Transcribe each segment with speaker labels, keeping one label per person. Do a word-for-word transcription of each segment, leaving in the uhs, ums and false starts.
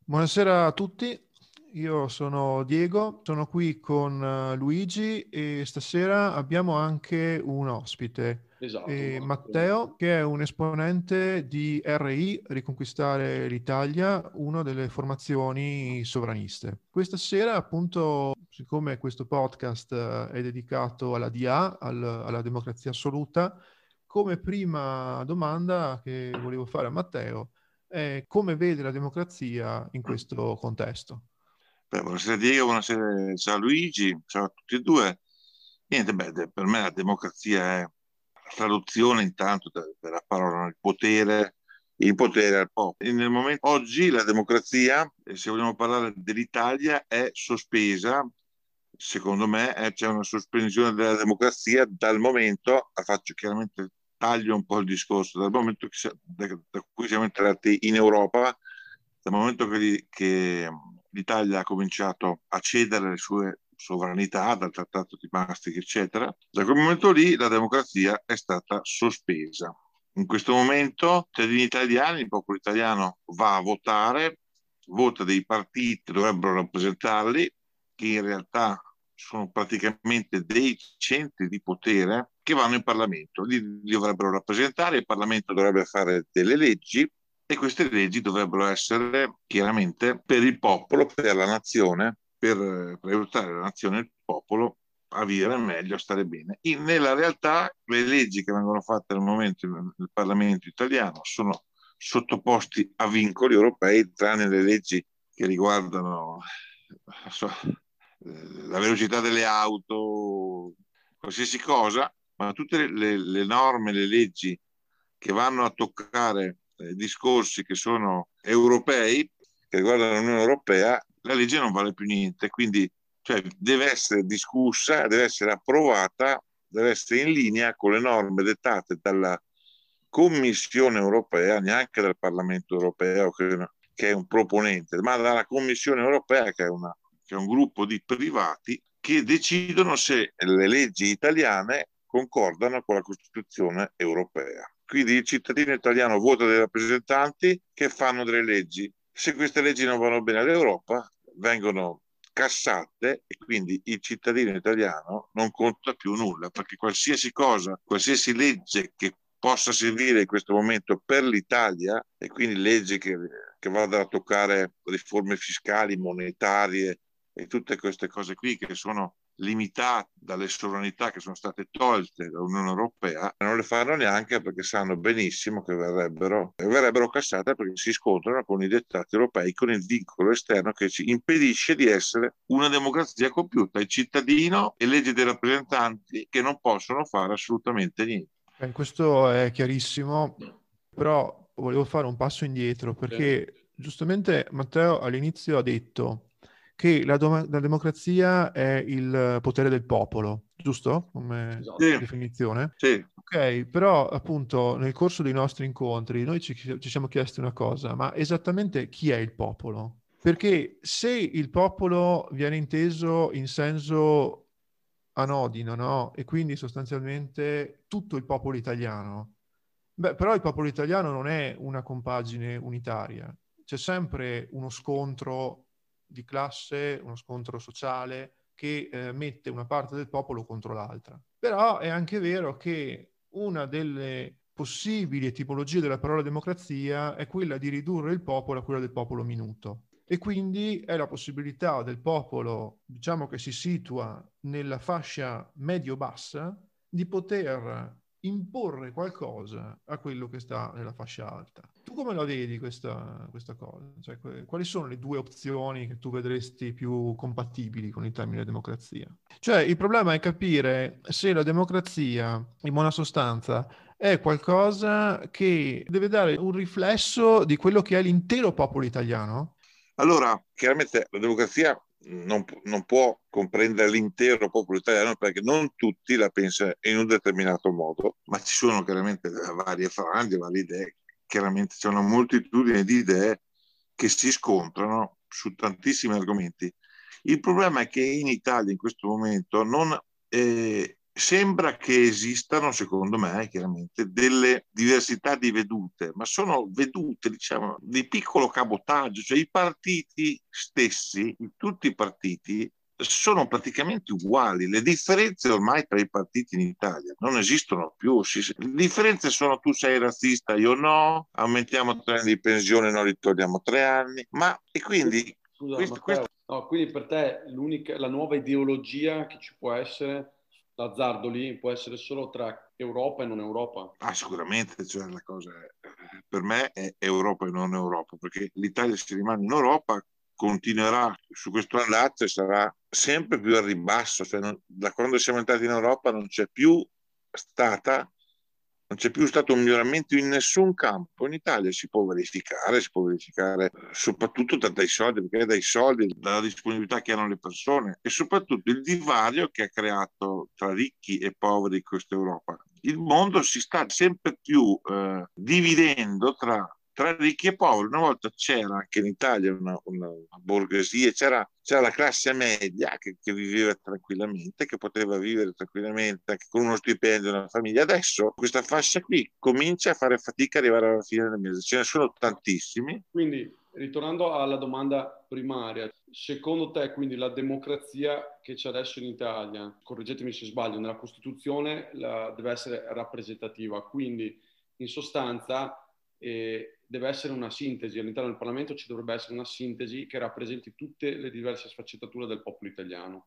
Speaker 1: Buonasera a tutti, io sono Diego, sono qui con eh, Luigi e stasera abbiamo anche un ospite,
Speaker 2: Esatto, un
Speaker 1: eh,
Speaker 2: ospite.
Speaker 1: Matteo, che è un esponente di R I, Riconquistare l'Italia, una delle formazioni sovraniste. Questa sera, appunto, siccome questo podcast eh, è dedicato alla D A, al- alla democrazia assoluta, come prima domanda che volevo fare a Matteo, eh, come vede la democrazia in questo contesto?
Speaker 2: Beh, buonasera Diego, buonasera, ciao Luigi, ciao a tutti e due. Niente, beh, de- per me la democrazia è la traduzione intanto de- della parola il potere, il potere al popolo. E nel momento oggi la democrazia, eh, se vogliamo parlare dell'Italia, è sospesa. Secondo me eh, c'è una sospensione della democrazia dal momento, ah, faccio chiaramente taglio un po' il discorso, dal momento che, si- da, da cui siamo entrati in Europa, dal momento che, li- che l'Italia ha cominciato a cedere le sue sovranità dal Trattato di Maastricht, eccetera, da quel momento lì la democrazia è stata sospesa. In questo momento, i cittadini italiani, il popolo italiano va a votare, vota dei partiti che dovrebbero rappresentarli, che in realtà sono praticamente dei centri di potere che vanno in Parlamento. Li, li dovrebbero rappresentare, il Parlamento dovrebbe fare delle leggi e queste leggi dovrebbero essere chiaramente per il popolo, per la nazione, per, per aiutare la nazione e il popolo a vivere meglio, a stare bene. In, nella realtà le leggi che vengono fatte al momento nel Parlamento italiano sono sottoposti a vincoli europei, tranne le leggi che riguardano so, la velocità delle auto, qualsiasi cosa, ma tutte le, le norme, le leggi che vanno a toccare eh, discorsi che sono europei, che riguardano l'Unione Europea, la legge non vale più niente, quindi cioè, deve essere discussa, deve essere approvata, deve essere in linea con le norme dettate dalla Commissione europea, neanche dal Parlamento europeo che, che è un proponente, ma dalla Commissione europea che è, una, che è un gruppo di privati che decidono se le leggi italiane concordano con la Costituzione europea. Quindi il cittadino italiano vota dei rappresentanti che fanno delle leggi. Se queste leggi non vanno bene all'Europa, vengono cassate e quindi il cittadino italiano non conta più nulla, perché qualsiasi cosa, qualsiasi legge che possa servire in questo momento per l'Italia, e quindi leggi che, che vadano a toccare riforme fiscali, monetarie e tutte queste cose qui che sono limitate dalle sovranità che sono state tolte dall'Unione Europea, non le fanno neanche perché sanno benissimo che verrebbero, verrebbero cassate perché si scontrano con i dettati europei, con il vincolo esterno che ci impedisce di essere una democrazia compiuta, il cittadino e leggi dei rappresentanti che non possono fare assolutamente niente.
Speaker 1: Eh, questo è chiarissimo, però volevo fare un passo indietro perché giustamente Matteo all'inizio ha detto che la, doma- la democrazia è il potere del popolo, giusto? Come
Speaker 2: Esatto. Sì,
Speaker 1: definizione.
Speaker 2: sì.
Speaker 1: Ok, però appunto nel corso dei nostri incontri noi ci, ci siamo chiesti una cosa, ma esattamente chi è il popolo? Perché se il popolo viene inteso in senso anodino, no? E quindi sostanzialmente tutto il popolo italiano. Beh, però il popolo italiano non è una compagine unitaria, c'è sempre uno scontro di classe, uno scontro sociale che eh, mette una parte del popolo contro l'altra. Però è anche vero che una delle possibili tipologie della parola democrazia è quella di ridurre il popolo a quella del popolo minuto. E quindi è la possibilità del popolo, diciamo che si situa nella fascia medio-bassa, di poter imporre qualcosa a quello che sta nella fascia alta. Tu come la vedi questa, questa cosa? Cioè, que- quali sono le due opzioni che tu vedresti più compatibili con il termine democrazia? Cioè, il problema è capire se la democrazia, in buona sostanza, è qualcosa che deve dare un riflesso di quello che è l'intero popolo italiano.
Speaker 2: Allora, chiaramente la democrazia non, non può comprendere l'intero popolo italiano perché non tutti la pensano in un determinato modo, ma ci sono chiaramente varie frange, varie idee, chiaramente c'è una moltitudine di idee che si scontrano su tantissimi argomenti. Il problema è che in Italia in questo momento non, eh, sembra che esistano, secondo me, chiaramente, delle diversità di vedute, ma sono vedute, diciamo, di piccolo cabotaggio, cioè i partiti stessi, tutti i partiti, sono praticamente uguali. Le differenze ormai tra i partiti in Italia non esistono più. Le differenze sono: tu sei razzista, io no, aumentiamo tre anni di pensione, noi ritorniamo tre anni, ma e quindi
Speaker 3: Scusa,
Speaker 2: questo,
Speaker 3: Matteo,
Speaker 2: questo...
Speaker 3: no, quindi per te l'unica, la nuova ideologia che ci può essere, l'azzardo lì, può essere solo tra Europa e non Europa?
Speaker 2: Ah, sicuramente, cioè, la cosa è- per me è Europa e non Europa, perché l'Italia, se rimane in Europa, continuerà su questo andazzo e sarà sempre più a ribasso. Cioè, non- da quando siamo entrati in Europa non c'è più stata, non c'è più stato un miglioramento in nessun campo. In Italia si può verificare, si può verificare eh, soprattutto da- dai soldi, perché dai soldi, dalla disponibilità che hanno le persone e soprattutto il divario che ha creato tra ricchi e poveri in questa Europa. Il mondo si sta sempre più eh, dividendo tra, tra ricchi e poveri. Una volta c'era anche in Italia una, una, una borghesia, c'era, c'era la classe media che, che viveva tranquillamente, che poteva vivere tranquillamente anche con uno stipendio e una famiglia. Adesso questa fascia qui comincia a fare fatica ad arrivare alla fine del mese. Ce ne sono tantissimi.
Speaker 3: Quindi, ritornando alla domanda primaria, secondo te quindi la democrazia che c'è adesso in Italia, correggetemi se sbaglio, nella Costituzione la, deve essere rappresentativa, quindi in sostanza eh, deve essere una sintesi, all'interno del Parlamento ci dovrebbe essere una sintesi che rappresenti tutte le diverse sfaccettature del popolo italiano.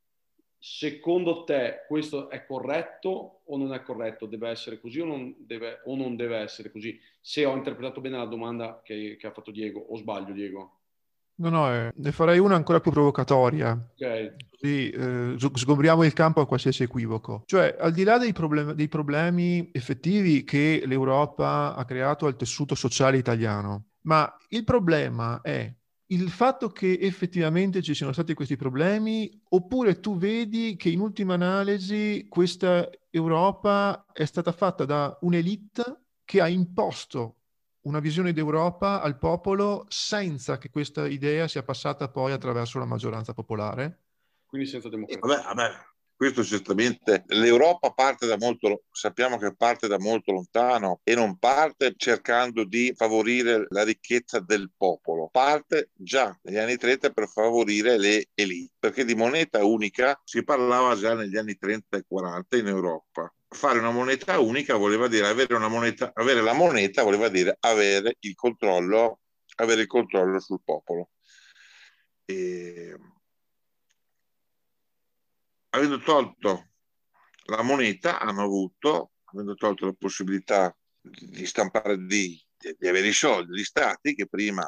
Speaker 3: Secondo te questo è corretto o non è corretto? Deve essere così o non deve, o non deve essere così? Se ho interpretato bene la domanda che, che ha fatto Diego, o sbaglio, Diego?
Speaker 1: No, no, eh, ne farei una ancora più provocatoria.
Speaker 3: Ok.
Speaker 1: Così eh, s- sgombriamo il campo a qualsiasi equivoco. Cioè, al di là dei, problem- dei problemi effettivi che l'Europa ha creato al tessuto sociale italiano, ma il problema è il fatto che effettivamente ci siano stati questi problemi, oppure tu vedi che in ultima analisi questa Europa è stata fatta da un'elite che ha imposto una visione d'Europa al popolo senza che questa idea sia passata poi attraverso la maggioranza popolare?
Speaker 3: Quindi senza
Speaker 2: E
Speaker 3: democrazia.
Speaker 2: vabbè, vabbè, questo certamente, l'Europa parte da molto, sappiamo che parte da molto lontano e non parte cercando di favorire la ricchezza del popolo, parte già negli anni trenta per favorire le elite, perché di moneta unica si parlava già negli anni trenta e quaranta in Europa. Fare una moneta unica voleva dire avere una moneta, avere la moneta voleva dire avere il controllo, avere il controllo sul popolo. E avendo tolto la moneta, hanno avuto, avendo tolto la possibilità di stampare, di, di avere i soldi, gli stati che prima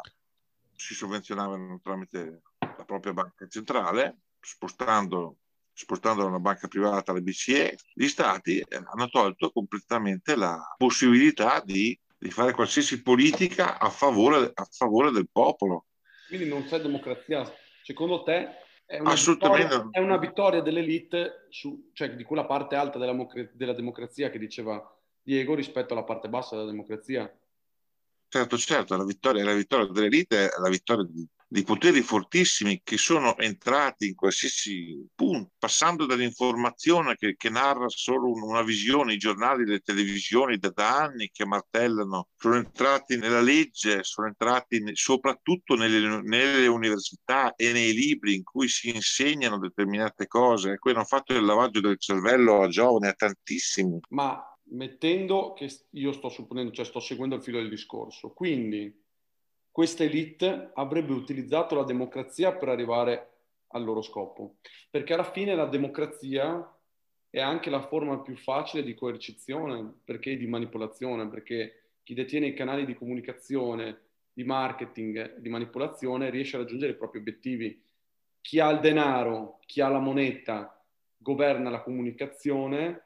Speaker 2: si sovvenzionavano tramite la propria banca centrale, spostando, spostando da una banca privata alla B C E, gli stati eh, hanno tolto completamente la possibilità di, di fare qualsiasi politica a favore, a favore del popolo.
Speaker 3: Quindi non c'è democrazia. Secondo te è una vittoria,
Speaker 2: Assolutamente.
Speaker 3: è una vittoria dell'elite, su, cioè di quella parte alta della, della democrazia che diceva Diego rispetto alla parte bassa della democrazia?
Speaker 2: Certo, certo, la vittoria, la vittoria dell'elite è la vittoria di, di poteri fortissimi che sono entrati in qualsiasi punto, passando dall'informazione che, che narra solo una visione, i giornali, le televisioni da, da anni che martellano, sono entrati nella legge, sono entrati ne, soprattutto nelle, nelle università e nei libri in cui si insegnano determinate cose, e qui hanno fatto il lavaggio del cervello a giovani, a tantissimi.
Speaker 3: Ma mettendo che io sto supponendo, cioè sto seguendo il filo del discorso, quindi questa elite avrebbe utilizzato la democrazia per arrivare al loro scopo, perché alla fine la democrazia è anche la forma più facile di coercizione, perché di manipolazione, perché chi detiene i canali di comunicazione, di marketing, di manipolazione riesce a raggiungere i propri obiettivi. Chi ha il denaro, chi ha la moneta, governa la comunicazione.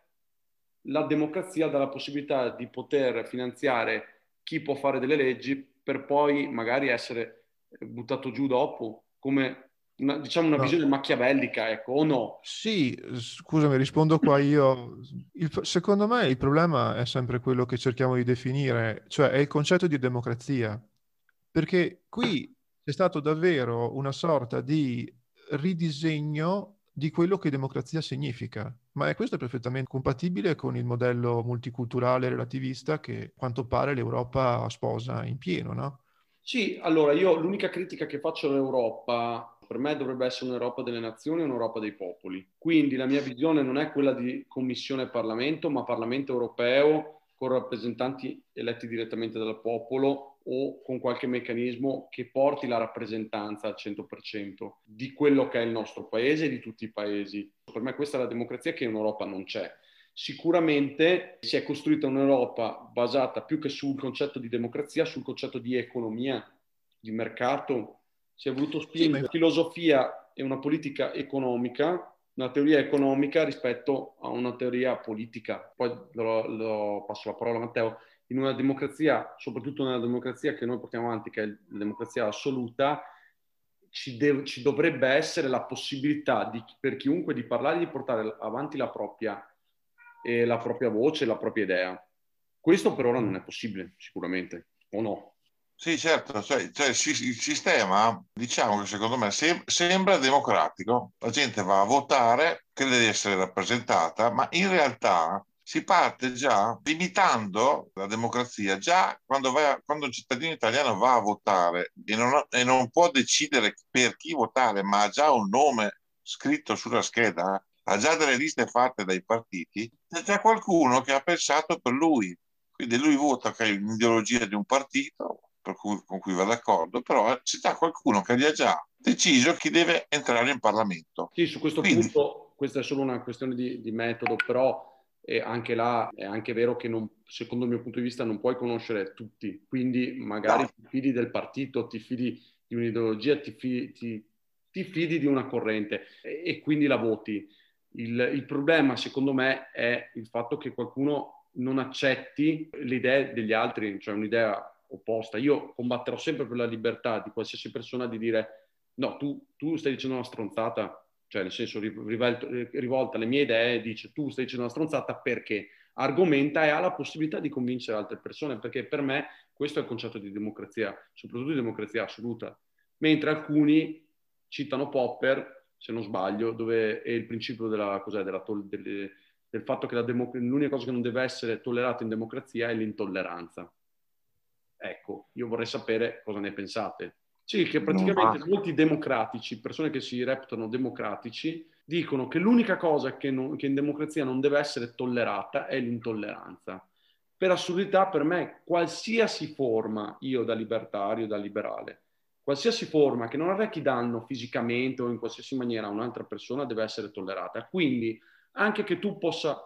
Speaker 3: La democrazia dà la possibilità di poter finanziare chi può fare delle leggi per poi magari essere buttato giù dopo, come una, diciamo una
Speaker 1: No.
Speaker 3: visione machiavellica, ecco, o no?
Speaker 1: Sì, scusami, rispondo qua io. Il- secondo me il problema è sempre quello che cerchiamo di definire, cioè è il concetto di democrazia, perché qui c'è stato davvero una sorta di ridisegno di quello che democrazia significa. Ma è questo è perfettamente compatibile con il modello multiculturale relativista che, a quanto pare, l'Europa sposa in pieno, no?
Speaker 3: Sì, allora io l'unica critica che faccio all'Europa, per me dovrebbe essere un'Europa delle nazioni e un'Europa dei popoli. Quindi la mia visione non è quella di Commissione e Parlamento, ma Parlamento europeo con rappresentanti eletti direttamente dal popolo o con qualche meccanismo che porti la rappresentanza al cento per cento di quello che è il nostro paese e di tutti i paesi. Per me questa è la democrazia che in Europa non c'è. Sicuramente si è costruita un'Europa basata più che sul concetto di democrazia, sul concetto di economia, di mercato. Si è voluto spingere una filosofia e una politica economica, una teoria economica rispetto a una teoria politica. Poi lo, lo passo la parola a Matteo. In una democrazia, soprattutto nella democrazia che noi portiamo avanti, che è la democrazia assoluta, ci, de- ci dovrebbe essere la possibilità di, per chiunque di parlare, di portare avanti la propria e la propria voce, la propria idea. Questo per ora non è possibile, sicuramente, o no?
Speaker 2: Sì, certo, cioè, cioè, il sistema, diciamo che secondo me sem- sembra democratico, la gente va a votare, crede di essere rappresentata, ma in realtà si parte già limitando la democrazia, già quando, vai a, quando un cittadino italiano va a votare e non, e non può decidere per chi votare, ma ha già un nome scritto sulla scheda, ha già delle liste fatte dai partiti, c'è già qualcuno che ha pensato per lui. Quindi lui vota che è un'ideologia di un partito per cui, con cui va d'accordo, però c'è già qualcuno che gli ha già deciso chi deve entrare in Parlamento.
Speaker 3: Sì, su questo
Speaker 2: Quindi,
Speaker 3: punto, questa è solo una questione di, di metodo, però eh, anche là è anche vero che non, secondo il mio punto di vista non puoi conoscere tutti, quindi magari
Speaker 2: no.
Speaker 3: ti fidi del partito, ti fidi di un'ideologia, ti fidi, ti, ti fidi di una corrente e, e quindi la voti. Il, il problema, secondo me, è il fatto che qualcuno non accetti le idee degli altri, cioè un'idea opposta. Io combatterò sempre per la libertà di qualsiasi persona di dire no, tu, tu stai dicendo una stronzata, cioè nel senso rivolta, rivolta alle mie idee, dice tu stai dicendo una stronzata perché argomenta e ha la possibilità di convincere altre persone, perché per me questo è il concetto di democrazia, soprattutto di democrazia assoluta. Mentre alcuni citano Popper, se non sbaglio, dove è il principio della, cos'è, della tol- delle, del fatto che la democ- l'unica cosa che non deve essere tollerata in democrazia è l'intolleranza. Ecco, io vorrei sapere cosa ne pensate. Sì, che praticamente molti democratici, persone che si reputano democratici, dicono che l'unica cosa che, non, che in democrazia non deve essere tollerata è l'intolleranza. Per assurdità, per me, qualsiasi forma, io da libertario, da liberale, qualsiasi forma che non arrechi danno fisicamente o in qualsiasi maniera a un'altra persona deve essere tollerata. Quindi, anche che tu possa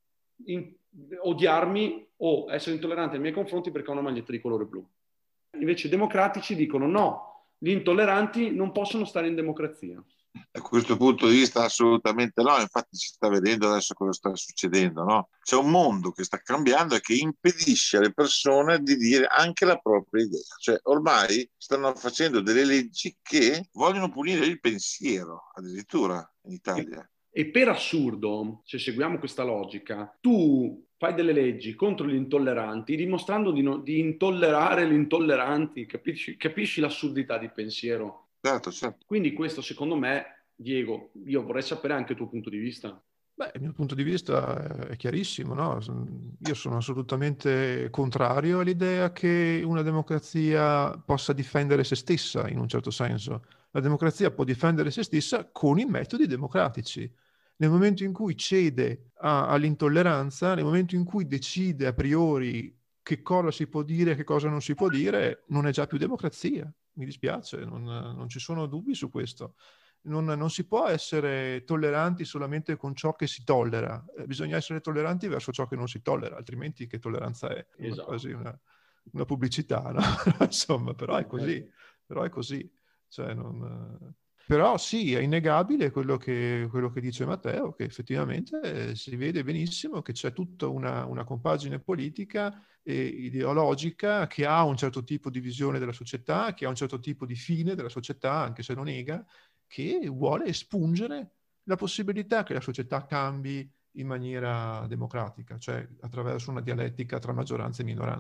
Speaker 3: in, odiarmi o essere intollerante nei miei confronti perché ho una maglietta di colore blu. Invece i democratici dicono no, gli intolleranti non possono stare in democrazia.
Speaker 2: Da questo punto di vista assolutamente no, infatti si sta vedendo adesso cosa sta succedendo, no? C'è un mondo che sta cambiando e che impedisce alle persone di dire anche la propria idea, cioè ormai stanno facendo delle leggi che vogliono punire il pensiero, addirittura in Italia.
Speaker 3: E per assurdo, se seguiamo questa logica, tu fai delle leggi contro gli intolleranti dimostrando di, no, di intollerare gli intolleranti, capisci, capisci l'assurdità di pensiero?
Speaker 2: Certo, certo.
Speaker 3: Quindi questo secondo me, Diego, io vorrei sapere anche il tuo punto di vista.
Speaker 1: Beh, il mio punto di vista è chiarissimo, no? Io sono assolutamente contrario all'idea che una democrazia possa difendere se stessa, in un certo senso. La democrazia può difendere se stessa con i metodi democratici. Nel momento in cui cede a, all'intolleranza, nel momento in cui decide a priori che cosa si può dire e che cosa non si può dire, non è già più democrazia. Mi dispiace, non, non ci sono dubbi su questo. Non, non si può essere tolleranti solamente con ciò che si tollera, eh, bisogna essere tolleranti verso ciò che non si tollera, altrimenti che tolleranza è? È
Speaker 3: esatto.
Speaker 1: quasi una, una pubblicità, no? Insomma, però è così, però è così. Cioè, non... Però sì, è innegabile quello che, quello che dice Matteo, che effettivamente si vede benissimo che c'è tutta una, una compagine politica e ideologica che ha un certo tipo di visione della società, che ha un certo tipo di fine della società, anche se lo nega, che vuole espungere la possibilità che la società cambi in maniera democratica, cioè attraverso una dialettica tra maggioranze e minoranze.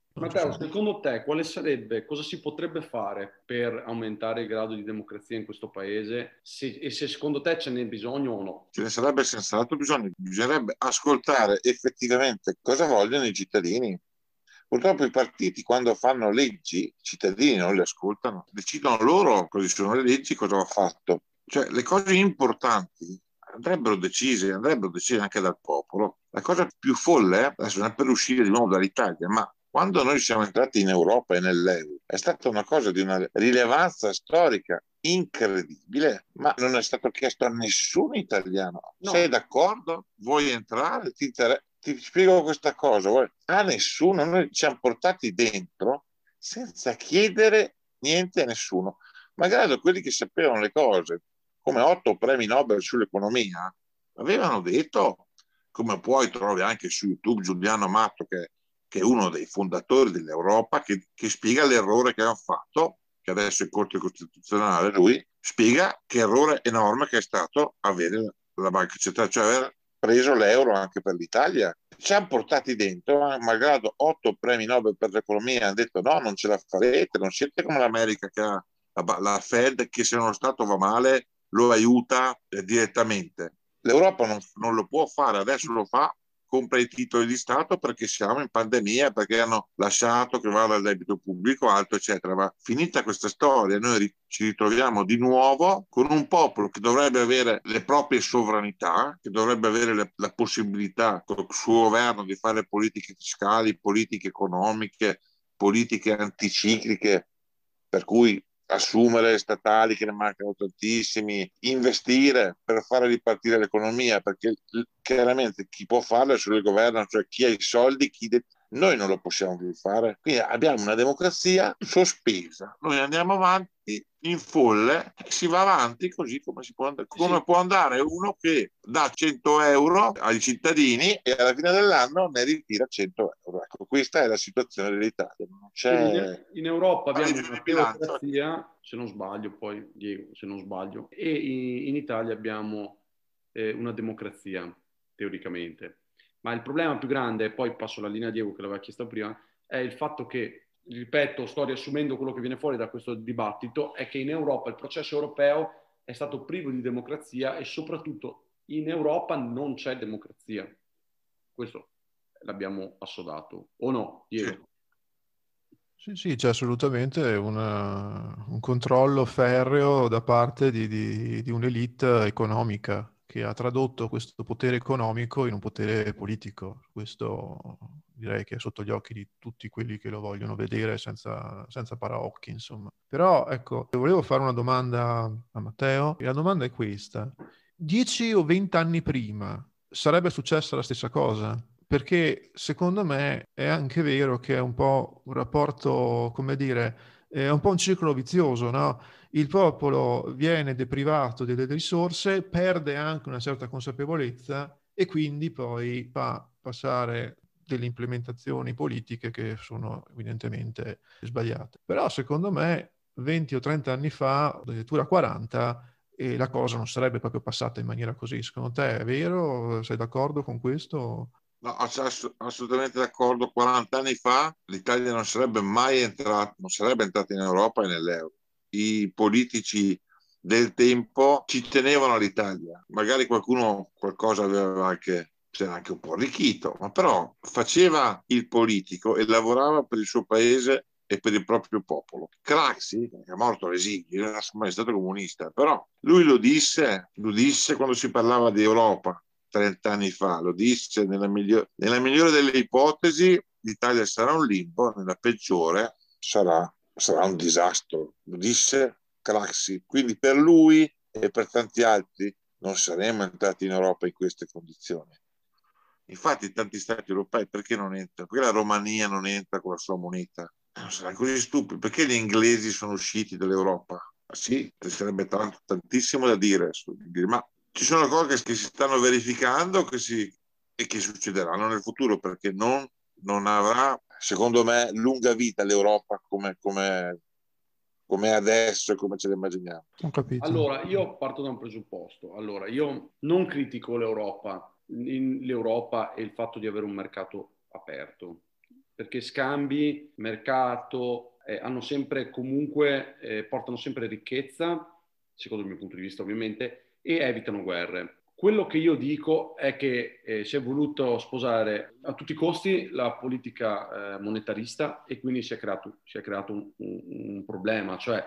Speaker 3: Matteo, secondo te quale sarebbe, cosa si potrebbe fare per aumentare il grado di democrazia in questo paese se, e se secondo te ce n'è bisogno o no?
Speaker 2: Ce ne sarebbe senz'altro bisogno, bisognerebbe ascoltare effettivamente cosa vogliono i cittadini. Purtroppo i partiti quando fanno leggi, i cittadini non le ascoltano, decidono loro cosa sono le leggi, cosa va fatto. Cioè le cose importanti andrebbero decise, andrebbero decise anche dal popolo. La cosa più folle, adesso non è per uscire di nuovo dall'Italia, ma quando noi siamo entrati in Europa e nell'Euro è stata una cosa di una rilevanza storica incredibile, ma non è stato chiesto a nessun italiano.
Speaker 3: No.
Speaker 2: Sei d'accordo? Vuoi entrare? Ti, inter- ti spiego questa cosa. Vuoi? A nessuno, noi ci siamo portati dentro senza chiedere niente a nessuno. Magari quelli che sapevano le cose, come otto premi Nobel sull'economia, avevano detto, come poi trovi anche su YouTube Giuliano Matto, che, che è uno dei fondatori dell'Europa, che, che spiega l'errore che hanno fatto, che adesso è Corte Costituzionale, lui spiega che errore enorme che è stato avere la, la Banca Centrale, cioè aver preso l'euro anche per l'Italia. Ci hanno portati dentro, malgrado otto premi Nobel per l'economia, hanno detto no, non ce la farete, non siete come l'America che ha la, la Fed, che se uno Stato va male lo aiuta eh, direttamente. L'Europa non, non lo può fare, adesso lo fa, compra i titoli di Stato perché siamo in pandemia, perché hanno lasciato che vada il debito pubblico alto, eccetera. Ma finita questa storia, noi ci ritroviamo di nuovo con un popolo che dovrebbe avere le proprie sovranità, che dovrebbe avere le, la possibilità con il suo governo di fare politiche fiscali, politiche economiche, politiche anticicliche, per cui assumere statali che ne mancano tantissimi, investire per fare ripartire l'economia, perché chiaramente chi può farlo è solo il governo, cioè chi ha i soldi, chi de- noi non lo possiamo più fare. Quindi abbiamo una democrazia sospesa, noi andiamo avanti in folle, si va avanti così come, si può, and- come
Speaker 3: Sì.
Speaker 2: può andare uno che dà cento euro ai cittadini e alla fine dell'anno ne ritira cento euro. Ecco, questa è la situazione dell'Italia. Non c'è...
Speaker 3: In, in Europa abbiamo
Speaker 2: legge di
Speaker 3: una
Speaker 2: bilancio.
Speaker 3: teocrazia, se non sbaglio, poi Diego, se non sbaglio, e in, in Italia abbiamo eh, una democrazia, teoricamente. Ma il problema più grande, e poi passo la linea a Diego che l'aveva chiesto prima, è il fatto che, ripeto, sto riassumendo quello che viene fuori da questo dibattito, è che in Europa il processo europeo è stato privo di democrazia e soprattutto in Europa non c'è democrazia. Questo l'abbiamo assodato, o no, Diego?
Speaker 1: Sì, sì, c'è assolutamente una- un controllo ferreo da parte di, di- di un'elite economica che ha tradotto questo potere economico in un potere politico. Questo direi che è sotto gli occhi di tutti quelli che lo vogliono vedere senza, senza paraocchi, insomma. Però, ecco, volevo fare una domanda a Matteo, e la domanda è questa. Dieci o vent'anni prima sarebbe successa la stessa cosa? Perché secondo me è anche vero che è un po' un rapporto, come dire, è un po' un circolo vizioso, no? Il popolo viene deprivato delle risorse, perde anche una certa consapevolezza e quindi poi fa passare delle implementazioni politiche che sono evidentemente sbagliate. Però secondo me venti o trenta anni fa, addirittura quaranta, e la cosa non sarebbe proprio passata in maniera così. Secondo te è vero? Sei d'accordo con questo?
Speaker 2: No, ass- assolutamente d'accordo. quaranta anni fa l'Italia non sarebbe mai entrata, non sarebbe entrata in Europa e nell'euro. I politici del tempo ci tenevano all'Italia. Magari qualcuno qualcosa aveva anche, si era anche un po' arricchito, ma però faceva il politico e lavorava per il suo paese e per il proprio popolo. Craxi, che è morto all'esilio, non è mai stato comunista, però lui lo disse, lo disse quando si parlava di Europa trenta anni fa, lo disse, nella, miglior- nella migliore delle ipotesi l'Italia sarà un limbo, nella peggiore sarà, sarà un disastro, lo disse Craxi. Quindi per lui e per tanti altri non saremmo entrati in Europa in queste condizioni. Infatti tanti stati europei perché non entrano? Perché la Romania non entra con la sua moneta? Non sarà così stupido. Perché gli inglesi sono usciti dall'Europa? Ah, sì, ci sarebbe tanto, tantissimo da dire, ma ci sono cose che si stanno verificando che si, e che succederanno nel futuro perché non, non avrà, secondo me, lunga vita l'Europa come, come, come adesso e come ce la immaginiamo.
Speaker 1: Ho capito.
Speaker 3: Allora, io parto da un presupposto. Allora, io non critico l'Europa, l'Europa e il fatto di avere un mercato aperto, perché scambi, mercato, eh, hanno sempre comunque, eh, portano sempre ricchezza, secondo il mio punto di vista ovviamente, e evitano guerre. Quello che io dico è che eh, si è voluto sposare a tutti i costi la politica eh, monetarista e quindi si è creato, si è creato un, un, un problema, cioè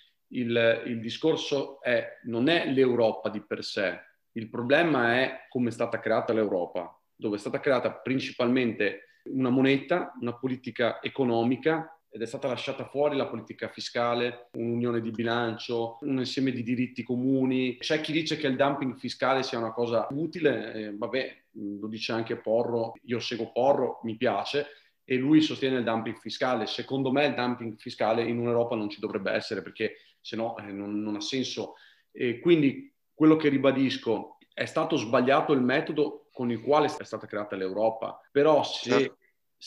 Speaker 3: il, il discorso è, non è l'Europa di per sé, il problema è come è stata creata l'Europa, dove è stata creata principalmente una moneta, una politica economica, ed è stata lasciata fuori la politica fiscale, un'unione di bilancio, un insieme di diritti comuni. C'è chi dice che il dumping fiscale sia una cosa utile, eh, vabbè, lo dice anche Porro, io seguo Porro, mi piace, e lui sostiene il dumping fiscale. Secondo me il dumping fiscale in un'Europa non ci dovrebbe essere, perché se no eh, non, non ha senso. E quindi quello che ribadisco, è stato sbagliato il metodo con il quale è stata creata l'Europa, però se... Certo.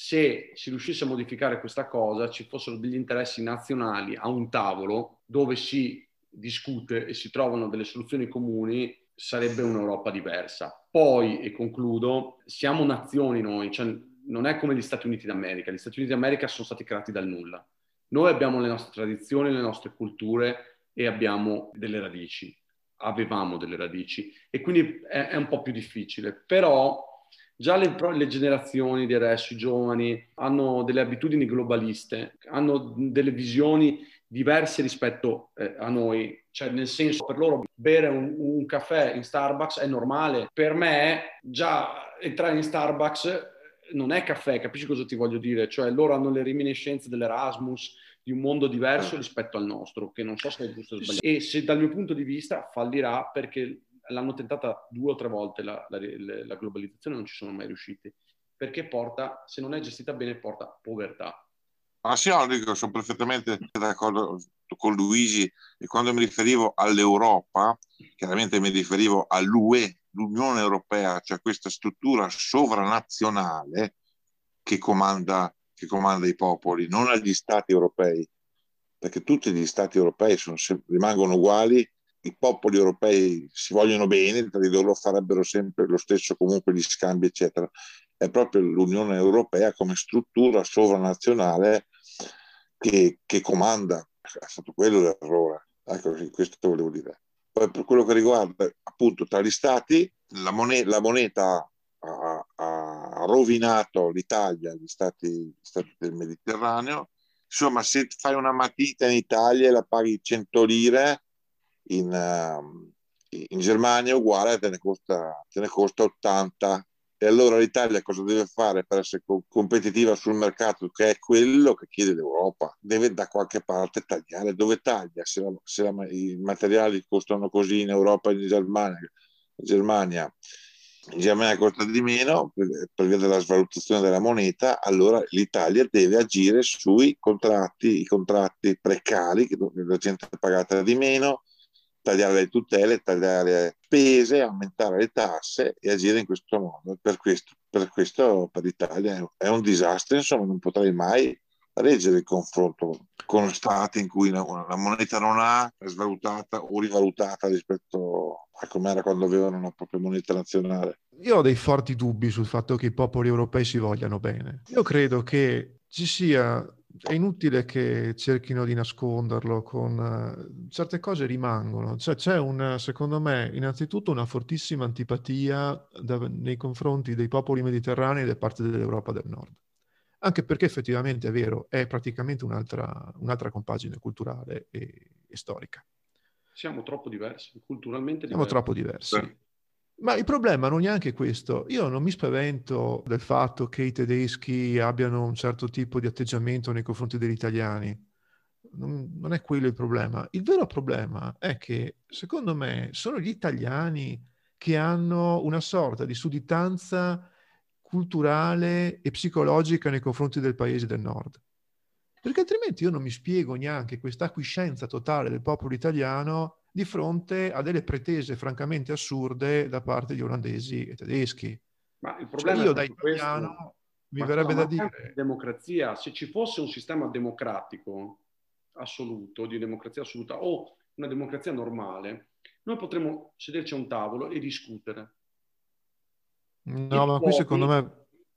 Speaker 3: Se si riuscisse a modificare questa cosa, ci fossero degli interessi nazionali a un tavolo dove si discute e si trovano delle soluzioni comuni, sarebbe un'Europa diversa. Poi, e concludo, siamo nazioni noi, cioè non è come gli Stati Uniti d'America. Gli Stati Uniti d'America sono stati creati dal nulla. Noi abbiamo le nostre tradizioni, le nostre culture e abbiamo delle radici. Avevamo delle radici e quindi è, è un po' più difficile, però già le, le generazioni di adesso, i giovani, hanno delle abitudini globaliste, hanno delle visioni diverse rispetto eh, a noi. Cioè, nel senso, per loro bere un, un caffè in Starbucks è normale. Per me, già entrare in Starbucks non è caffè, capisci cosa ti voglio dire? Cioè, loro hanno le reminiscenze dell'Erasmus, di un mondo diverso rispetto al nostro, che non so se è giusto o sbagliato. E se dal mio punto di vista fallirà perché l'hanno tentata due o tre volte la, la, la globalizzazione, non ci sono mai riusciti, perché porta, se non è gestita bene, porta povertà.
Speaker 2: Ah sì, no, dico, sono perfettamente d'accordo con Luigi, e quando mi riferivo all'Europa, chiaramente mi riferivo all'U E, l'Unione Europea, cioè questa struttura sovranazionale che comanda, che comanda i popoli, non agli stati europei, perché tutti gli stati europei sono, rimangono uguali. I popoli europei si vogliono bene, tra di loro farebbero sempre lo stesso comunque gli scambi eccetera. È proprio l'Unione Europea come struttura sovranazionale che, che comanda. È stato quello l'errore, ecco, questo volevo dire. Poi per quello che riguarda appunto tra gli stati, la, moneta, la moneta ha, ha rovinato l'Italia, gli stati, gli stati del Mediterraneo. Insomma, se fai una matita in Italia e la paghi cento lire, In, uh, in Germania è uguale, te ne costa, te ne costa ottanta. E allora l'Italia cosa deve fare per essere co- competitiva sul mercato, che è quello che chiede l'Europa? Deve da qualche parte tagliare. Dove taglia? Se, la, se la, i materiali costano così in Europa e in Germania, in Germania, in Germania costa di meno per, per via della svalutazione della moneta, allora l'Italia deve agire sui contratti, i contratti precari, che la gente è pagata di meno, tagliare le tutele, tagliare le spese, aumentare le tasse e agire in questo modo. Per questo, per, questo, per l'Italia è un disastro, insomma, non potrei mai reggere il confronto con stati in cui la, la moneta non ha, è svalutata o rivalutata rispetto a com'era quando avevano una propria moneta nazionale.
Speaker 1: Io ho dei forti dubbi sul fatto che i popoli europei si vogliano bene. Io credo che ci sia, è inutile che cerchino di nasconderlo con uh, certe cose rimangono. Cioè c'è un, secondo me, innanzitutto una fortissima antipatia da, nei confronti dei popoli mediterranei da parte dell'Europa del Nord. Anche perché effettivamente è vero, è praticamente un'altra, un'altra compagine culturale e, e storica.
Speaker 3: Siamo troppo diversi, culturalmente
Speaker 1: Siamo
Speaker 3: diversi.
Speaker 1: troppo diversi. Beh. Ma il problema non è neanche questo. Io non mi spavento del fatto che i tedeschi abbiano un certo tipo di atteggiamento nei confronti degli italiani. Non, non è quello il problema. Il vero problema è che, secondo me, sono gli italiani che hanno una sorta di sudditanza culturale e psicologica nei confronti del paese del nord. Perché altrimenti io non mi spiego neanche questa acquiescenza totale del popolo italiano di fronte a delle pretese francamente assurde da parte di olandesi e tedeschi.
Speaker 3: Ma il problema
Speaker 1: cioè io
Speaker 3: è
Speaker 1: da italiano
Speaker 3: questo.
Speaker 1: mi
Speaker 3: ma
Speaker 1: verrebbe
Speaker 3: ma
Speaker 1: da dire...
Speaker 3: Democrazia, se ci fosse un sistema democratico assoluto, di democrazia assoluta, o una democrazia normale, noi potremmo sederci a un tavolo e discutere.
Speaker 1: No,
Speaker 3: E
Speaker 1: ma qui
Speaker 3: poi,
Speaker 1: secondo me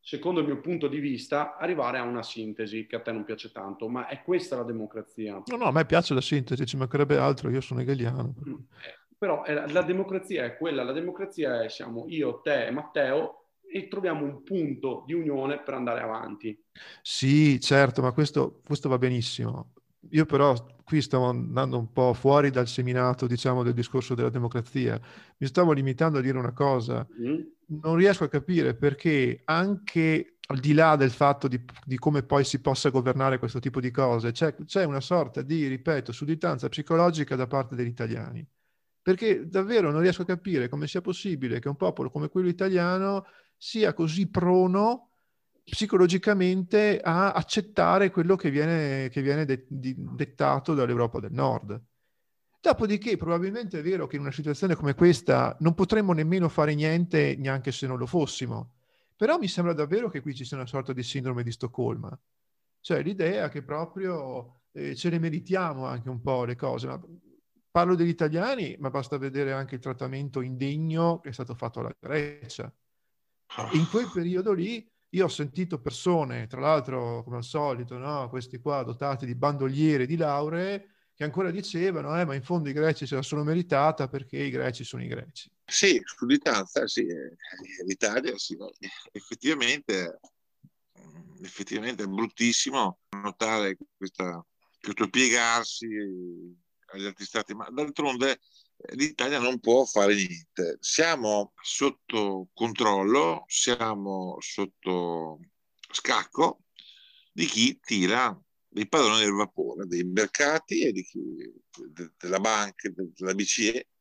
Speaker 3: secondo il mio punto di vista, arrivare a una sintesi che a te non piace tanto, ma è questa la democrazia.
Speaker 1: No, no, a me piace la sintesi, ci mancherebbe altro, io sono hegeliano.
Speaker 3: Mm. Però è la, la democrazia è quella, la democrazia è siamo io, te e Matteo e troviamo un punto di unione per andare avanti.
Speaker 1: Sì, certo, ma questo, questo va benissimo. Io però qui stavo andando un po' fuori dal seminato, diciamo, del discorso della democrazia. Mi stavo limitando a dire una cosa.
Speaker 3: Mm?
Speaker 1: Non riesco a capire perché anche al di là del fatto di, di come poi si possa governare questo tipo di cose, c'è, c'è una sorta di, ripeto, sudditanza psicologica da parte degli italiani. Perché davvero non riesco a capire come sia possibile che un popolo come quello italiano sia così prono psicologicamente a accettare quello che viene, che viene de- di- dettato dall'Europa del Nord. Dopodiché probabilmente è vero che in una situazione come questa non potremmo nemmeno fare niente neanche se non lo fossimo, però mi sembra davvero che qui ci sia una sorta di sindrome di Stoccolma, cioè l'idea che proprio eh, ce le meritiamo anche un po' le cose, ma parlo degli italiani, ma basta vedere anche il trattamento indegno che è stato fatto alla Grecia. E in quel periodo lì io ho sentito persone, tra l'altro come al solito, no? Questi qua dotati di bandoliere, di lauree, che ancora dicevano, eh, ma in fondo i greci se la sono meritata perché i greci sono i greci.
Speaker 2: Sì, sudditanza, sì, l'Italia, sì, effettivamente, effettivamente è bruttissimo notare questa, questo piegarsi agli altri stati, ma d'altronde l'Italia non può fare niente. Siamo sotto controllo, siamo sotto scacco di chi tira dei padroni del vapore, dei mercati e di chi, de, della banca, de, della B C E.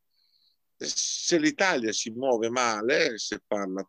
Speaker 2: Se l'Italia si muove male, se parla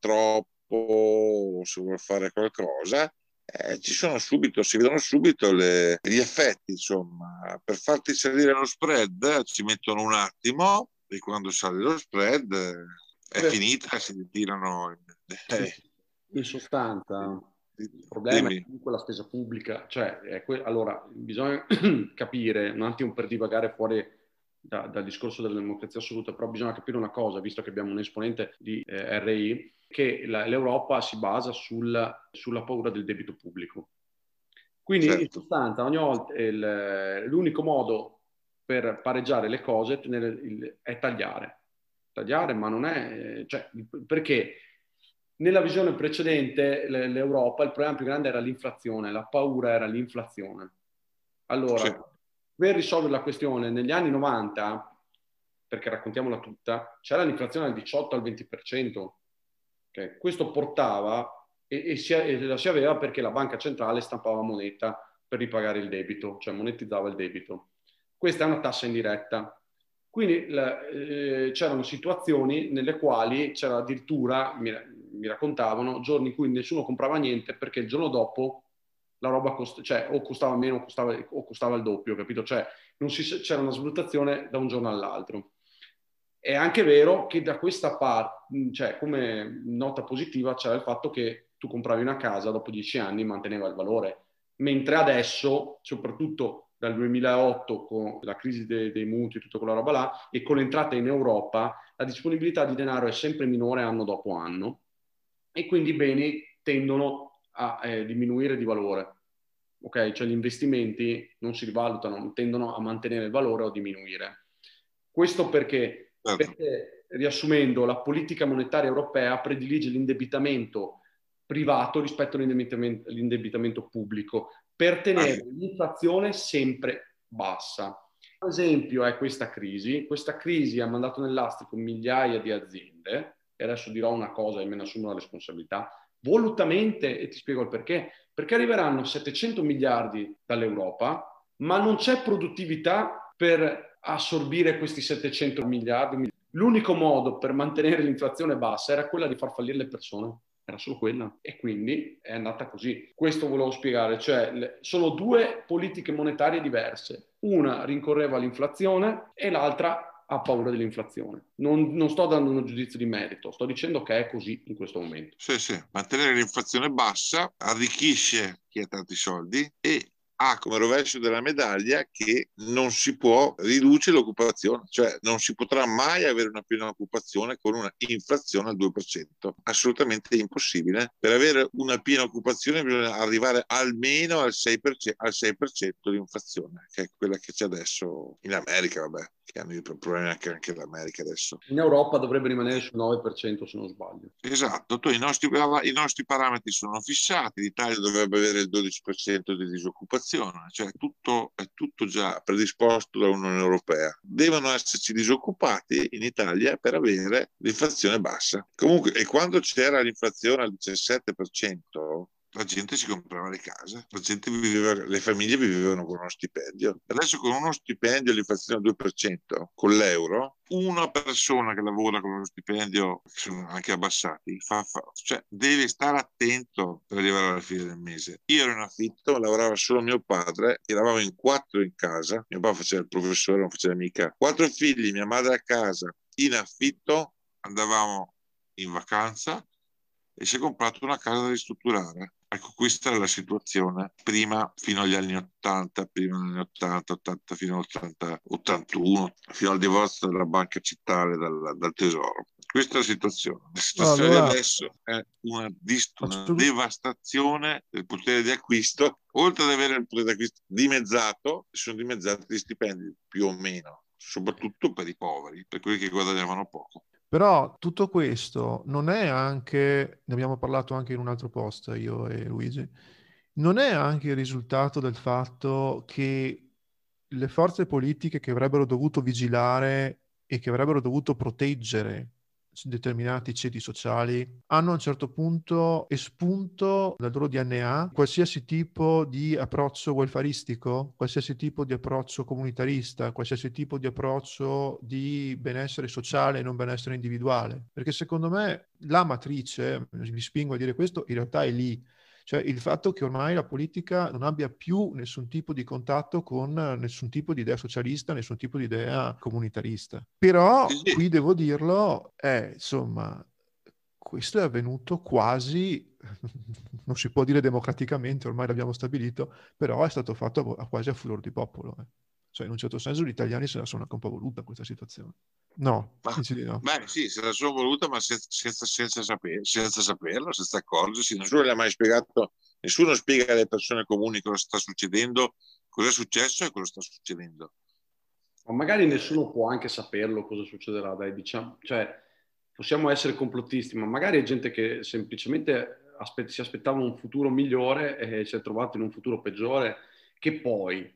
Speaker 2: troppo, se vuole fare qualcosa, eh, ci sono subito, si vedono subito le, gli effetti, insomma. Per farti salire lo spread ci mettono un attimo e quando sale lo spread è Beh. finita, si ritirano.
Speaker 3: Eh, in sostanza, il problema Dimmi. È comunque la spesa pubblica, cioè, è que- allora, bisogna capire, un attimo per divagare fuori da, dal discorso della democrazia assoluta, però bisogna capire una cosa, visto che abbiamo un esponente di eh, R I, che la, l'Europa si basa sul, sulla paura del debito pubblico. Quindi certo. In sostanza ogni volta il, l'unico modo per pareggiare le cose tenere il, è tagliare. Tagliare, ma non è... Cioè, perché nella visione precedente l'Europa, il problema più grande era l'inflazione, la paura era l'inflazione. Allora, sì. Per risolvere la questione, negli anni novanta, perché raccontiamola tutta, c'era l'inflazione dal diciotto al venti per cento. Okay? Questo portava, e, e, si, e la si aveva perché la banca centrale stampava moneta per ripagare il debito, cioè monetizzava il debito. Questa è una tassa indiretta. Quindi la, eh, c'erano situazioni nelle quali c'era addirittura, mi, mi raccontavano, giorni in cui nessuno comprava niente perché il giorno dopo la roba cost- cioè, o costava meno o costava, o costava il doppio, capito? Cioè non si, c'era una svalutazione da un giorno all'altro. È anche vero che da questa parte, cioè come nota positiva, c'era il fatto che tu compravi una casa, dopo dieci anni manteneva il valore, mentre adesso, soprattutto dal duemilaotto con la crisi dei, dei mutui e tutta quella roba là, e con l'entrata in Europa, la disponibilità di denaro è sempre minore anno dopo anno e quindi i beni tendono a eh, diminuire di valore. Ok? Cioè gli investimenti non si rivalutano, tendono a mantenere il valore o a diminuire. Questo perché, perché riassumendo, la politica monetaria europea predilige l'indebitamento privato rispetto all'indebitamento, all'indebitamento pubblico per tenere l'inflazione sempre bassa. Ad esempio è questa crisi. Questa crisi ha mandato nell'astrico migliaia di aziende, e adesso dirò una cosa e me ne assumo la responsabilità, volutamente, e ti spiego il perché, perché arriveranno settecento miliardi dall'Europa, ma non c'è produttività per assorbire questi settecento miliardi. L'unico modo per mantenere l'inflazione bassa era quella di far fallire le persone. Era solo quella. E quindi è andata così. Questo volevo spiegare. Cioè, le, sono due politiche monetarie diverse. Una rincorreva l'inflazione e l'altra ha paura dell'inflazione. Non, non sto dando un giudizio di merito, sto dicendo che è così in questo momento.
Speaker 2: Sì, sì. Mantenere l'inflazione bassa arricchisce chi ha tanti soldi e ha come rovescio della medaglia che non si può riducere l'occupazione, cioè non si potrà mai avere una piena occupazione con una inflazione al due per cento, assolutamente impossibile. Per avere una piena occupazione bisogna arrivare almeno al sei per cento, al sei per cento di inflazione, che è quella che c'è adesso in America, vabbè, che hanno i problemi anche, anche l'America adesso.
Speaker 3: In Europa dovrebbe rimanere sul nove per cento se non sbaglio.
Speaker 2: Esatto, tu, i, nostri, i nostri parametri sono fissati, l'Italia dovrebbe avere il dodici per cento di disoccupazione, cioè tutto, è tutto già predisposto dall'Unione Europea. Devono esserci disoccupati in Italia per avere l'inflazione bassa. Comunque, e quando c'era l'inflazione al diciassette per cento, la gente si comprava le case, la gente viveva, le famiglie vivevano con uno stipendio. Adesso con uno stipendio l'inflazione al due per cento, con l'euro, una persona che lavora con uno stipendio, che sono anche abbassati, fa, fa, cioè deve stare attento per arrivare alla fine del mese. Io ero in affitto, lavorava solo mio padre, eravamo in quattro in casa, mio papà faceva il professore, non faceva mica. Quattro figli, mia madre a casa, in affitto, andavamo in vacanza e si è comprato una casa da ristrutturare. Ecco, questa era la situazione prima, fino agli anni ottanta, prima degli anni ottanta, ottanta fino all'ottanta, ottantuno, fino al divorzio della banca cittale dal, dal tesoro. Questa è la situazione. La situazione allora, di adesso è una, dist- una devastazione del potere di acquisto. Oltre ad avere il potere di acquisto dimezzato, sono dimezzati gli stipendi, più o meno, soprattutto per i poveri, per quelli che guadagnavano poco.
Speaker 1: Però tutto questo non è anche, ne abbiamo parlato anche in un altro post io e Luigi, non è anche il risultato del fatto che le forze politiche che avrebbero dovuto vigilare e che avrebbero dovuto proteggere determinati ceti sociali hanno a un certo punto espunto dal loro D N A qualsiasi tipo di approccio welfaristico, qualsiasi tipo di approccio comunitarista, qualsiasi tipo di approccio di benessere sociale e non benessere individuale. Perché secondo me la matrice, mi spingo a dire questo, in realtà è lì. Cioè il fatto che ormai la politica non abbia più nessun tipo di contatto con nessun tipo di idea socialista, nessun tipo di idea comunitarista. Però sì, sì. Qui devo dirlo, è insomma, questo è avvenuto quasi, non si può dire democraticamente, ormai l'abbiamo stabilito, però è stato fatto a, quasi a furor di popolo. Eh. Cioè in un certo senso gli italiani se la sono anche un po' voluta questa situazione. No,
Speaker 2: ma,
Speaker 1: di no.
Speaker 2: Beh sì, se la sono voluta, ma senza, senza, senza, saper, senza saperlo, senza accorgersi. Nessuno gli ha mai spiegato, nessuno spiega alle persone comuni cosa sta succedendo, cosa è successo e cosa sta succedendo.
Speaker 3: Ma magari nessuno può anche saperlo cosa succederà, dai, diciamo, cioè possiamo essere complottisti, ma magari è gente che semplicemente aspe- si aspettava un futuro migliore e si è trovato in un futuro peggiore, che poi...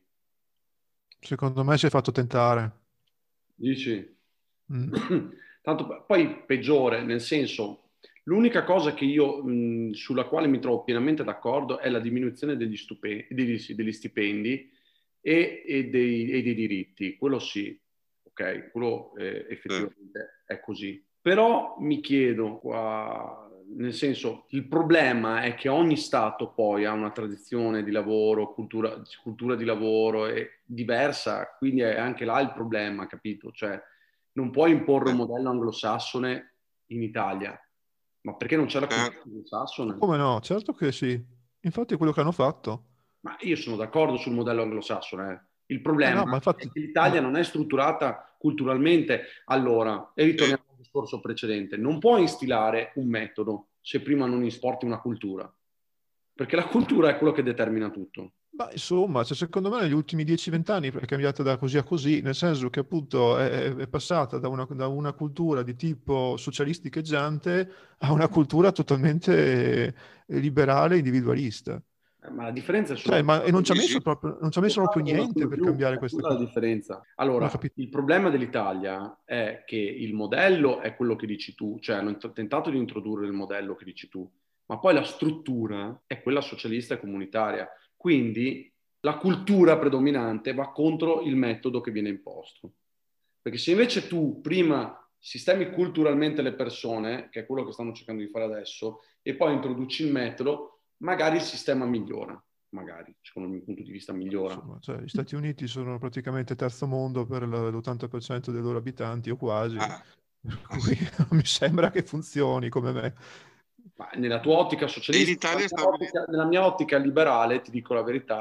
Speaker 1: Secondo me si è fatto tentare.
Speaker 3: Dici? Mm. Tanto poi peggiore, nel senso, l'unica cosa che io mh, sulla quale mi trovo pienamente d'accordo è la diminuzione degli, stupendi, degli, degli stipendi e, e, dei, e dei diritti. Quello sì, ok, quello eh, effettivamente mm. è così. Però mi chiedo, qua, nel senso, il problema è che ogni Stato poi ha una tradizione di lavoro, cultura, cultura di lavoro è diversa, quindi è anche là il problema, capito? Cioè, non puoi imporre un modello anglosassone in Italia, ma perché non c'è la cultura anglosassone?
Speaker 1: Come no? Certo che sì. Infatti è quello che hanno fatto.
Speaker 3: Ma io sono d'accordo sul modello anglosassone. Eh. Il problema
Speaker 1: eh no, ma infatti...
Speaker 3: è che l'Italia non è strutturata culturalmente. Allora, e ritorniamo al discorso precedente, non puoi instillare un metodo se prima non esporti una cultura, perché la cultura è quello che determina tutto.
Speaker 1: Ma insomma, cioè, secondo me negli ultimi dieci venti anni è cambiata da così a così, nel senso che appunto è, è passata da una, da una cultura di tipo socialisticheggiante a una cultura totalmente liberale e individualista.
Speaker 3: Ma la differenza è
Speaker 1: cioè, ma, e non ci ha messo proprio, non ci ha messo proprio niente per cambiare questa
Speaker 3: cosa. La differenza. Allora, il problema dell'Italia è che il modello è quello che dici tu, cioè hanno tentato di introdurre il modello che dici tu, ma poi la struttura è quella socialista e comunitaria. Quindi la cultura predominante va contro il metodo che viene imposto. Perché se invece tu prima sistemi culturalmente le persone, che è quello che stanno cercando di fare adesso, e poi introduci il metodo, magari il sistema migliora. Magari, secondo il mio punto di vista, migliora.
Speaker 1: Insomma, cioè, gli Stati Uniti sono praticamente terzo mondo per l'ottanta per cento dei loro abitanti, o quasi. Ah. Per cui non mi sembra che funzioni come me.
Speaker 3: Ma nella tua ottica socialista, nella mia, ottica, nella mia ottica liberale, ti dico la verità,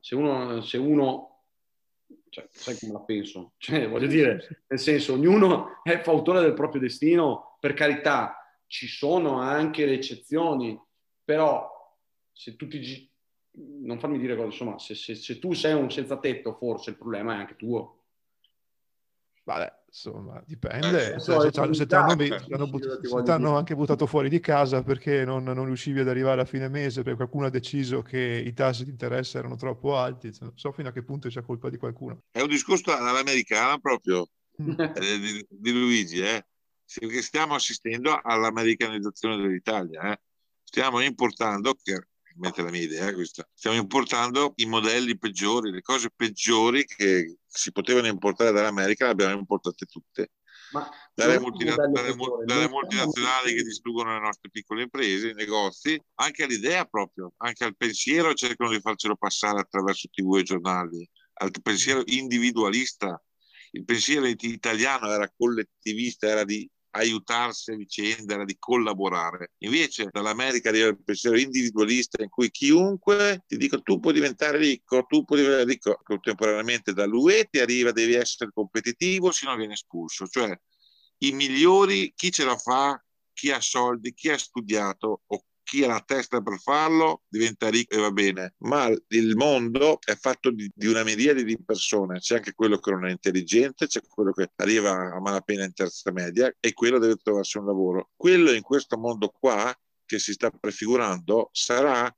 Speaker 3: se uno, se uno cioè, sai come la penso? Cioè, voglio dire, nel senso, ognuno è fautore del proprio destino, per carità, ci sono anche le eccezioni, però se tutti gi- non farmi dire cosa, insomma, se, se, se tu sei un senza tetto, forse il problema è anche tuo.
Speaker 1: Vabbè, insomma,
Speaker 2: Eh,
Speaker 1: dipende.
Speaker 3: Adesso
Speaker 1: Se,
Speaker 3: è
Speaker 1: se ti hanno, se ti hanno
Speaker 3: comunità,
Speaker 1: be- se ti hanno
Speaker 3: capisci cosa
Speaker 1: but-
Speaker 3: ti
Speaker 1: se ti
Speaker 3: voglio
Speaker 1: hanno
Speaker 3: dire?
Speaker 1: anche buttato fuori di casa perché non, non riuscivi ad arrivare a fine mese, perché qualcuno ha deciso che i tassi di interesse erano troppo alti, non so fino a che punto c'è colpa di qualcuno.
Speaker 2: È un discorso all'americana proprio,
Speaker 1: Mm.
Speaker 2: eh, di, di Luigi, eh. Sì, perché stiamo assistendo all'americanizzazione dell'Italia, eh. Stiamo importando, che mentre la mia idea è questa, stiamo importando i modelli peggiori, le cose peggiori che si potevano importare dall'America, le abbiamo importate tutte.
Speaker 3: Ma non
Speaker 2: Dalle,
Speaker 3: è un
Speaker 2: multina-
Speaker 3: modello
Speaker 2: dalle mu-
Speaker 3: peggiore,
Speaker 2: dalle
Speaker 3: non stiamo
Speaker 2: multinazionali che distruggono le nostre piccole imprese, i negozi, anche all'idea proprio, anche al pensiero cercano di farcelo passare attraverso T V e giornali, al pensiero individualista. Il pensiero italiano era collettivista, era di aiutarsi a vicenda, era di collaborare. Invece dall'America arriva il pensiero individualista in cui chiunque ti dico tu puoi diventare ricco, tu puoi diventare ricco, contemporaneamente dall'U E ti arriva devi essere competitivo, se no viene espulso. Cioè i migliori, chi ce la fa, chi ha soldi, chi ha studiato o chi ha la testa per farlo diventa ricco e va bene, ma il mondo è fatto di, di una miriade di persone, c'è anche quello che non è intelligente, c'è quello che arriva a malapena in terza media e quello deve trovarsi un lavoro. Quello in questo mondo qua che si sta prefigurando sarà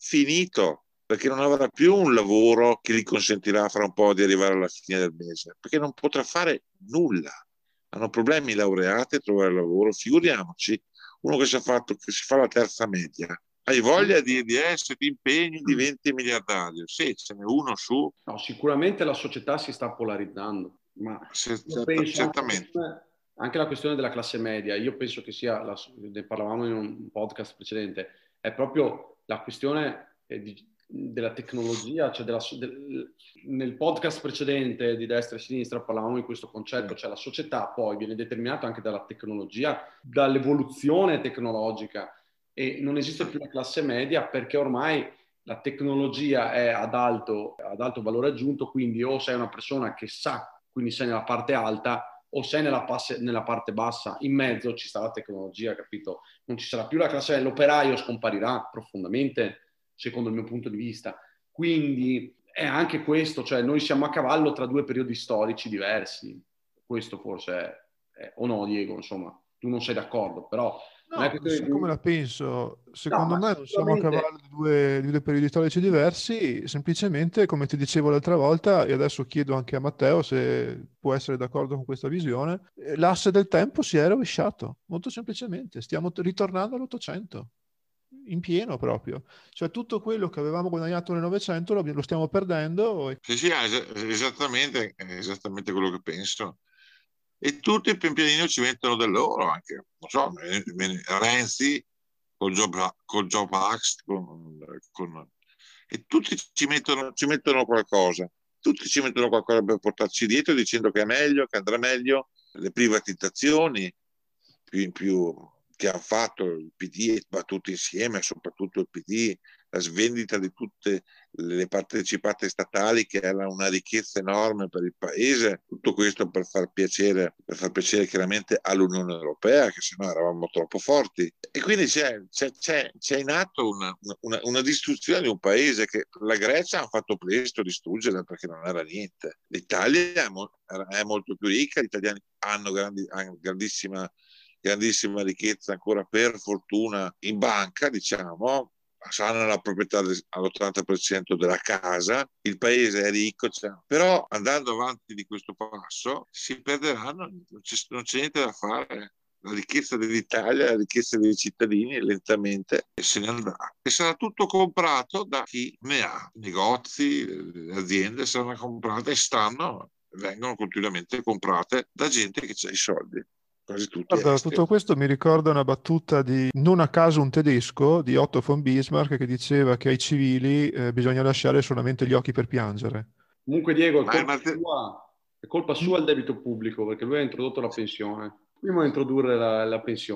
Speaker 2: finito perché non avrà più un lavoro che gli consentirà fra un po' di arrivare alla fine del mese, perché non potrà fare nulla. Hanno problemi i laureati a trovare lavoro, figuriamoci uno che si, è fatto, che si fa la terza media. Hai voglia di, di essere, ti impegni, diventi miliardario. Sì, ce n'è uno su.
Speaker 3: No, sicuramente la società si sta polarizzando, ma io
Speaker 2: Certa,
Speaker 3: penso anche,
Speaker 2: certamente.
Speaker 3: anche la questione della classe media, io penso che sia, la, ne parlavamo in un podcast precedente, è proprio la questione eh, di, della tecnologia, cioè della, del, nel podcast precedente di destra e sinistra parlavamo di questo concetto, cioè la società poi viene determinata anche dalla tecnologia, dall'evoluzione tecnologica e non esiste più la classe media perché ormai la tecnologia è ad alto, ad alto valore aggiunto, quindi o sei una persona che sa, quindi sei nella parte alta, o sei nella, passe, nella parte bassa, in mezzo ci sta la tecnologia, capito? Non ci sarà più la classe, l'operaio scomparirà profondamente, secondo il mio punto di vista. Quindi è anche questo, cioè noi siamo a cavallo tra due periodi storici diversi. Questo forse è, è o no, Diego, insomma, tu non sei d'accordo, però non è
Speaker 1: No,
Speaker 3: questione
Speaker 1: sai come
Speaker 3: di...
Speaker 1: la penso?
Speaker 3: No,
Speaker 1: Secondo
Speaker 3: ma
Speaker 1: me non siamo a
Speaker 3: sicuramente...
Speaker 1: cavallo di due, di due periodi storici diversi, semplicemente, come ti dicevo l'altra volta, e adesso chiedo anche a Matteo se può essere d'accordo con questa visione, eh, l'asse del tempo si è rovesciato, molto semplicemente, stiamo t- ritornando all'Ottocento, in pieno proprio. Cioè tutto quello che avevamo guadagnato nel Novecento lo, lo stiamo perdendo. E...
Speaker 2: Sì, sì, es- esattamente, è esattamente quello che penso. E tutti pian pianino ci mettono del loro anche. Non so, Renzi col Job, col Job Act, con, con, e tutti ci mettono, ci mettono qualcosa. Tutti ci mettono qualcosa per portarci dietro dicendo che è meglio, che andrà meglio. Le privatizzazioni più in più che ha fatto il P D, ma tutti insieme, soprattutto il P D, la svendita di tutte le partecipate statali che erano una ricchezza enorme per il paese, tutto questo per far piacere, per far piacere chiaramente all'Unione Europea, che sennò eravamo troppo forti. E quindi c'è, c'è, c'è, c'è in atto una, una, una distruzione di un paese che la Grecia ha fatto presto distruggere perché non era niente. L'Italia è, mo- è molto più ricca, gli italiani hanno, grandi, hanno grandissima grandissima ricchezza ancora per fortuna in banca, diciamo, hanno la proprietà all'ottanta per cento della casa, il paese è ricco, cioè. Però andando avanti di questo passo si perderanno, non c'è, non c'è niente da fare. La ricchezza dell'Italia, la ricchezza dei cittadini lentamente se ne andrà. E sarà tutto comprato da chi ne ha. I negozi, le aziende saranno comprate e stanno, vengono continuamente comprate da gente che ha i soldi. Quasi tutti
Speaker 1: Guarda,
Speaker 2: esteri.
Speaker 1: tutto questo mi ricorda una battuta di, non a caso un tedesco, di Otto von Bismarck, che diceva che ai civili eh, bisogna lasciare solamente gli occhi per piangere.
Speaker 3: Comunque Diego, è
Speaker 2: Ma il
Speaker 3: colpa
Speaker 2: Marte-
Speaker 3: sua, è colpa sua il debito pubblico perché lui ha introdotto la pensione. Prima di introdurre la, la pensione.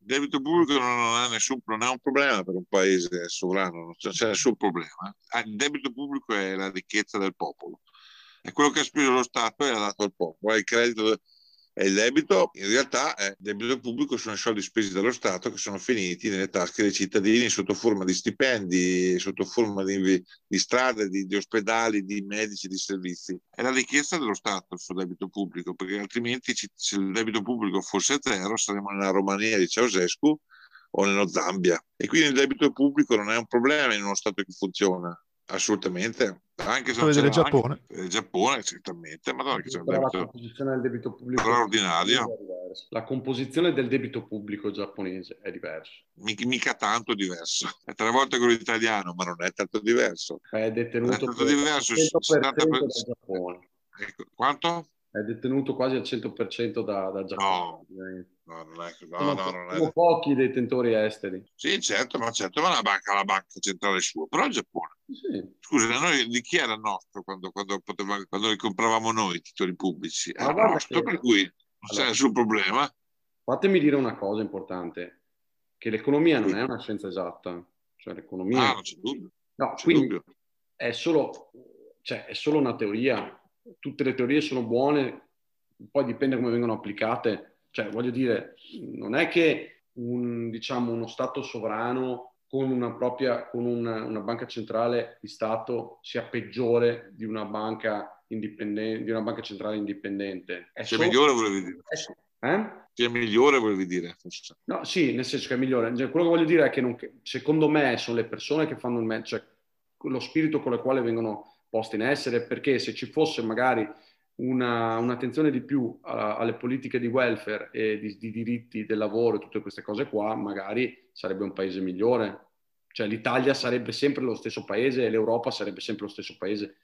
Speaker 2: il debito pubblico non, è nessun, non è un problema per un paese sovrano, non c'è, c'è nessun problema. Il debito pubblico è la ricchezza del popolo. È quello che ha speso lo Stato e ha dato al popolo. È il credito e il debito, in realtà, è il debito pubblico sono i soldi spesi dallo Stato che sono finiti nelle tasche dei cittadini sotto forma di stipendi, sotto forma di, di strade, di, di ospedali, di medici, di servizi. È la ricchezza dello Stato il suo debito pubblico, perché altrimenti se il debito pubblico fosse zero saremmo nella Romania di Ceausescu o nello Zambia. E quindi il debito pubblico non è un problema in uno Stato che funziona. Assolutamente, anche se non
Speaker 1: vedere
Speaker 2: c'è
Speaker 1: il Giappone.
Speaker 2: Anche, il Giappone, certamente, ma non che c'è un debito
Speaker 3: la composizione del debito pubblico
Speaker 2: straordinario.
Speaker 3: La composizione del debito pubblico giapponese è diversa.
Speaker 2: Mica, mica tanto diverso. È tre volte quello italiano, ma non è tanto diverso.
Speaker 3: È detenuto
Speaker 2: è tanto diverso.
Speaker 3: cento per cento
Speaker 2: settanta per...
Speaker 3: dal Giappone.
Speaker 2: Ecco, quanto?
Speaker 3: È detenuto quasi al cento per cento da, da Giappone.
Speaker 2: No. No, non è, no,
Speaker 3: sono,
Speaker 2: no, non
Speaker 3: sono
Speaker 2: è...
Speaker 3: pochi detentori esteri.
Speaker 2: Sì, certo, ma certo, ma la banca, la banca centrale sua, però il Giappone.
Speaker 3: Sì.
Speaker 2: Scusa, noi di chi era il nostro quando, quando, poteva, quando li compravamo noi i titoli pubblici? Era
Speaker 3: ah,
Speaker 2: nostro,
Speaker 3: che...
Speaker 2: per cui non
Speaker 3: allora,
Speaker 2: c'è nessun problema.
Speaker 3: Fatemi dire una cosa importante, che l'economia non è una scienza esatta. Cioè l'economia...
Speaker 2: Ah, non c'è dubbio.
Speaker 3: No,
Speaker 2: c'è
Speaker 3: quindi
Speaker 2: dubbio.
Speaker 3: È, solo, cioè, è solo una teoria. Tutte le teorie sono buone, poi dipende come vengono applicate. Cioè, voglio dire, non è che un, diciamo, uno Stato sovrano con una propria, con una, una banca centrale di Stato sia peggiore di una banca indipendente, di una banca centrale indipendente. È
Speaker 2: sia
Speaker 3: solo...
Speaker 2: migliore, volevi dire.
Speaker 3: Eh?
Speaker 2: Sia migliore, volevi dire. Forse.
Speaker 3: No, sì, nel senso che è migliore. Cioè, quello che voglio dire è che non, secondo me sono le persone che fanno il match, cioè lo spirito con il quale vengono poste in essere, perché se ci fosse magari una, un'attenzione di più a, alle politiche di welfare e di, di diritti del lavoro e tutte queste cose qua, magari sarebbe un paese migliore. Cioè l'Italia sarebbe sempre lo stesso paese e l'Europa sarebbe sempre lo stesso paese.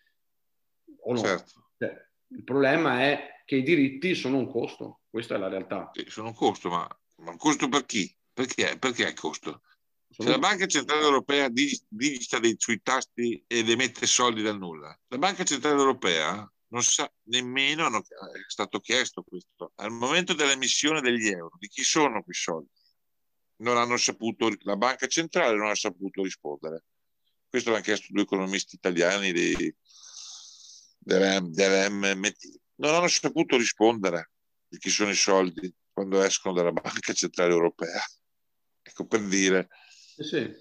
Speaker 3: O no?
Speaker 2: Certo.
Speaker 3: Cioè, il problema è che i diritti sono un costo, questa è la realtà.
Speaker 2: Sì, sono un costo, ma, ma un costo per chi? Perché? Perché è costo? Se
Speaker 3: Sono...
Speaker 2: la Banca Centrale Europea digita dei, sui tasti ed emette soldi dal nulla, la Banca Centrale Europea non sa nemmeno, hanno, è stato chiesto questo, al momento dell'emissione degli euro, di chi sono quei soldi? Non hanno saputo, la Banca Centrale non ha saputo rispondere. Questo l'hanno chiesto due economisti italiani di, dell'M M T. Non hanno saputo rispondere di chi sono i soldi quando escono dalla Banca Centrale Europea. Ecco, per dire.
Speaker 3: Sì.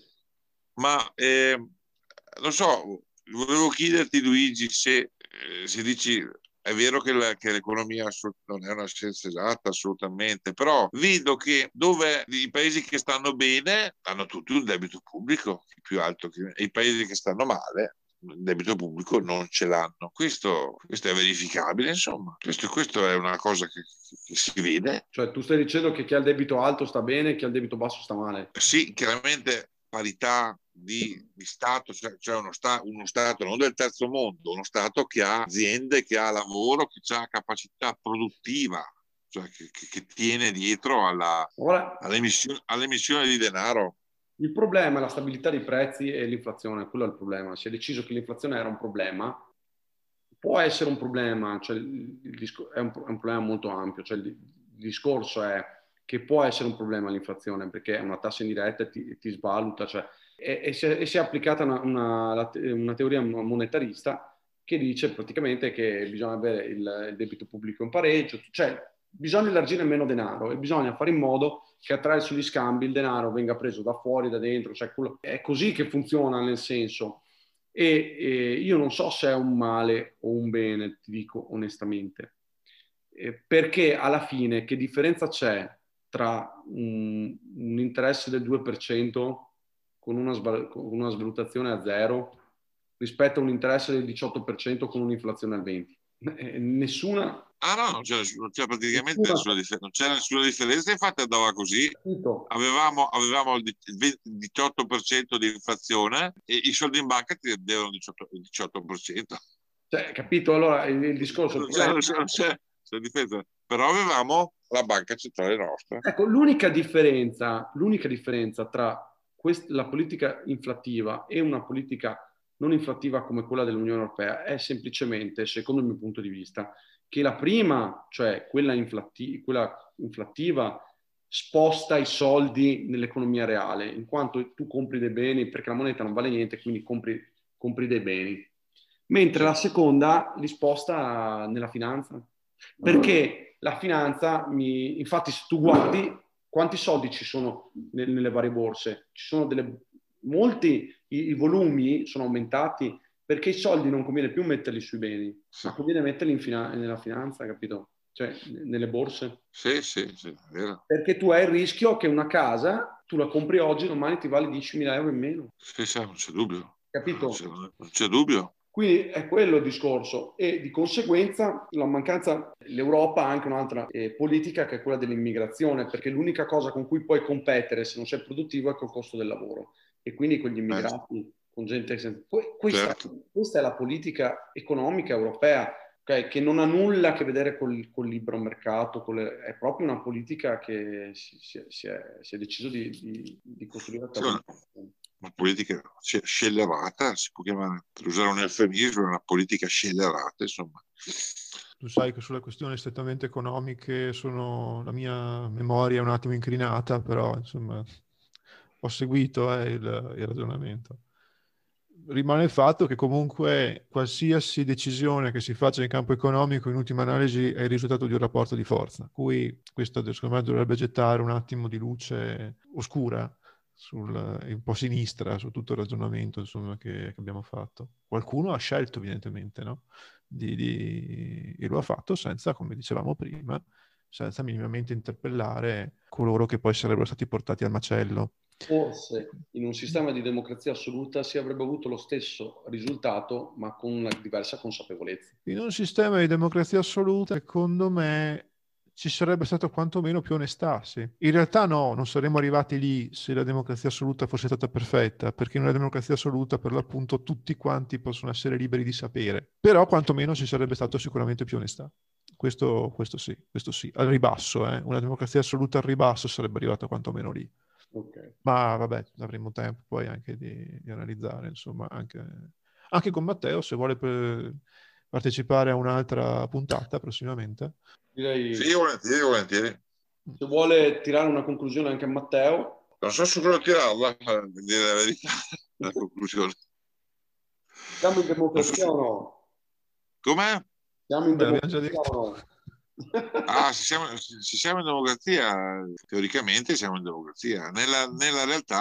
Speaker 2: Ma eh, non so, volevo chiederti, Luigi, se, eh, se dici è vero che, la, che l'economia non è una scienza esatta assolutamente, però vedo che dove i paesi che stanno bene hanno tutti un debito pubblico più alto che e i paesi che stanno male il debito pubblico non ce l'hanno. Questo, questo è verificabile, insomma. Questo, questo è una cosa che, che si vede.
Speaker 3: Cioè tu stai dicendo che chi ha il debito alto sta bene e chi ha il debito basso sta male?
Speaker 2: Sì, chiaramente parità di, di Stato, cioè, cioè uno, sta, uno Stato non del terzo mondo, uno Stato che ha aziende, che ha lavoro, che ha capacità produttiva, cioè che, che, che tiene dietro alla,
Speaker 3: Ora,
Speaker 2: all'emissione, all'emissione di denaro.
Speaker 3: Il problema è la stabilità dei prezzi e l'inflazione, quello è il problema. Si è deciso che l'inflazione era un problema, può essere un problema, cioè il, il discor- è, un, è un problema molto ampio, cioè il, il discorso è che può essere un problema l'inflazione perché è una tassa indiretta e ti, ti svaluta, cioè, e, e, si è, e si è applicata una, una, una teoria monetarista che dice praticamente che bisogna avere il, il debito pubblico in pareggio, cioè bisogna elargire meno denaro e bisogna fare in modo che attraverso gli scambi il denaro venga preso da fuori, da dentro, cioè quello, è così che funziona nel senso. E, e io non so se è un male o un bene, ti dico onestamente, eh, perché alla fine che differenza c'è tra un, un interesse del due per cento con una, sval- con una svalutazione a zero rispetto a un interesse del diciotto per cento con un'inflazione al venti per cento? Eh, nessuna...
Speaker 2: Ah no, non c'è, non c'è praticamente nessuna, differ- non c'è nessuna differenza, infatti andava così. Avevamo, avevamo il diciotto per cento di inflazione e i soldi in banca ti rendevano il diciotto per cento.
Speaker 3: Cioè, capito? Allora il, il discorso...
Speaker 2: Non c'è, non c'è, non c'è, c'è difesa. Però avevamo la banca centrale nostra.
Speaker 3: Ecco, l'unica differenza, l'unica differenza tra quest- la politica inflattiva e una politica non inflattiva come quella dell'Unione Europea è semplicemente, secondo il mio punto di vista, che la prima, cioè quella, inflatti- quella inflattiva, sposta i soldi nell'economia reale, in quanto tu compri dei beni, perché la moneta non vale niente, quindi compri, compri dei beni. Mentre la seconda li sposta nella finanza. Perché la finanza, mi, infatti se tu guardi quanti soldi ci sono nelle, nelle varie borse, ci sono delle, molti, i, i volumi sono aumentati perché i soldi non conviene più metterli sui beni, ma conviene metterli in fina- nella finanza, capito? Cioè nelle borse.
Speaker 2: Sì, sì, sì, è vero.
Speaker 3: Perché tu hai il rischio che una casa, tu la compri oggi, domani ti vale diecimila euro in meno.
Speaker 2: Sì, sì, non c'è dubbio.
Speaker 3: Capito?
Speaker 2: Non c'è, non c'è dubbio.
Speaker 3: Quindi è quello il discorso e di conseguenza la mancanza, l'Europa ha anche un'altra eh, politica che è quella dell'immigrazione, perché l'unica cosa con cui puoi competere se non sei produttivo è col costo del lavoro e quindi con gli immigrati, eh. con gente senza... Questa, certo. questa è la politica economica europea, okay, che non ha nulla a che vedere col, col libero mercato, con le, è proprio una politica che si, si, si, è, si è deciso di, di, di costruire.
Speaker 2: Sì, una politica scellerata, si può chiamare, per usare un eufemismo, una politica scellerata, insomma.
Speaker 1: Tu sai che sulle questioni strettamente economiche sono, la mia memoria è un attimo incrinata, però insomma ho seguito eh, il, il ragionamento. Rimane il fatto che comunque qualsiasi decisione che si faccia in campo economico in ultima analisi è il risultato di un rapporto di forza, cui questo secondo me dovrebbe gettare un attimo di luce oscura, sul, un po' sinistra su tutto il ragionamento insomma, che, che abbiamo fatto. Qualcuno ha scelto evidentemente, no? Di, di, e lo ha fatto senza, come dicevamo prima, senza minimamente interpellare coloro che poi sarebbero stati portati al macello.
Speaker 3: Forse in un sistema di democrazia assoluta si avrebbe avuto lo stesso risultato, ma con una diversa consapevolezza.
Speaker 1: In un sistema di democrazia assoluta, secondo me, ci sarebbe stato quantomeno più onestà, sì. In realtà no, non saremmo arrivati lì se la democrazia assoluta fosse stata perfetta, perché in una democrazia assoluta, per l'appunto, tutti quanti possono essere liberi di sapere. Però quantomeno ci sarebbe stato sicuramente più onestà. Questo, questo sì, questo sì. Al ribasso, eh. Una democrazia assoluta al ribasso sarebbe arrivata quantomeno lì.
Speaker 3: Okay.
Speaker 1: Ma vabbè, avremo tempo poi anche di, di analizzare, insomma, anche, anche con Matteo, se vuole per partecipare a un'altra puntata prossimamente.
Speaker 3: Direi,
Speaker 2: sì, volentieri, volentieri.
Speaker 3: Se vuole tirare una conclusione anche a Matteo.
Speaker 2: Non so se voglio tirarla, per dire la verità, la conclusione.
Speaker 3: Siamo in democrazia so... o no?
Speaker 2: Com'è?
Speaker 3: Siamo in
Speaker 1: Beh,
Speaker 3: democrazia o no?
Speaker 2: Ah, se siamo, se siamo in democrazia, teoricamente siamo in democrazia. Nella, nella realtà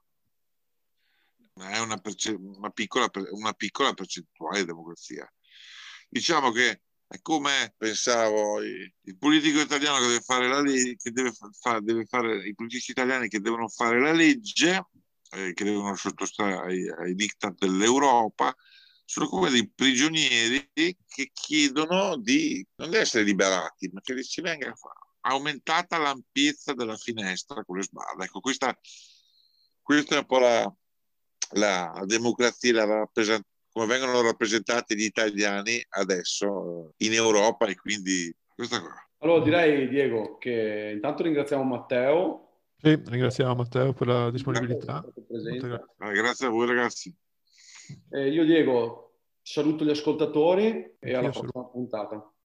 Speaker 2: è una, perce- una, piccola, una piccola percentuale di democrazia. Diciamo che è come pensavo il, il politico italiano che deve fare la legge, che deve fa, deve fare i politici italiani che devono fare la legge, eh, che devono sottostare ai, ai diktat dell'Europa, sono come dei prigionieri che chiedono di non di essere liberati, ma che ci venga aumentata l'ampiezza della finestra con le sbarre. Ecco, questa, questa è un po' la, la democrazia, la rappresent- come vengono rappresentati gli italiani adesso in Europa, e quindi questa qua.
Speaker 3: Allora direi, Diego, che intanto ringraziamo Matteo.
Speaker 1: Sì, ringraziamo Matteo per la disponibilità.
Speaker 2: Ah, grazie a voi ragazzi.
Speaker 3: Eh, io Diego saluto gli ascoltatori e
Speaker 1: Anch'io
Speaker 3: alla
Speaker 1: saluto.
Speaker 3: prossima puntata.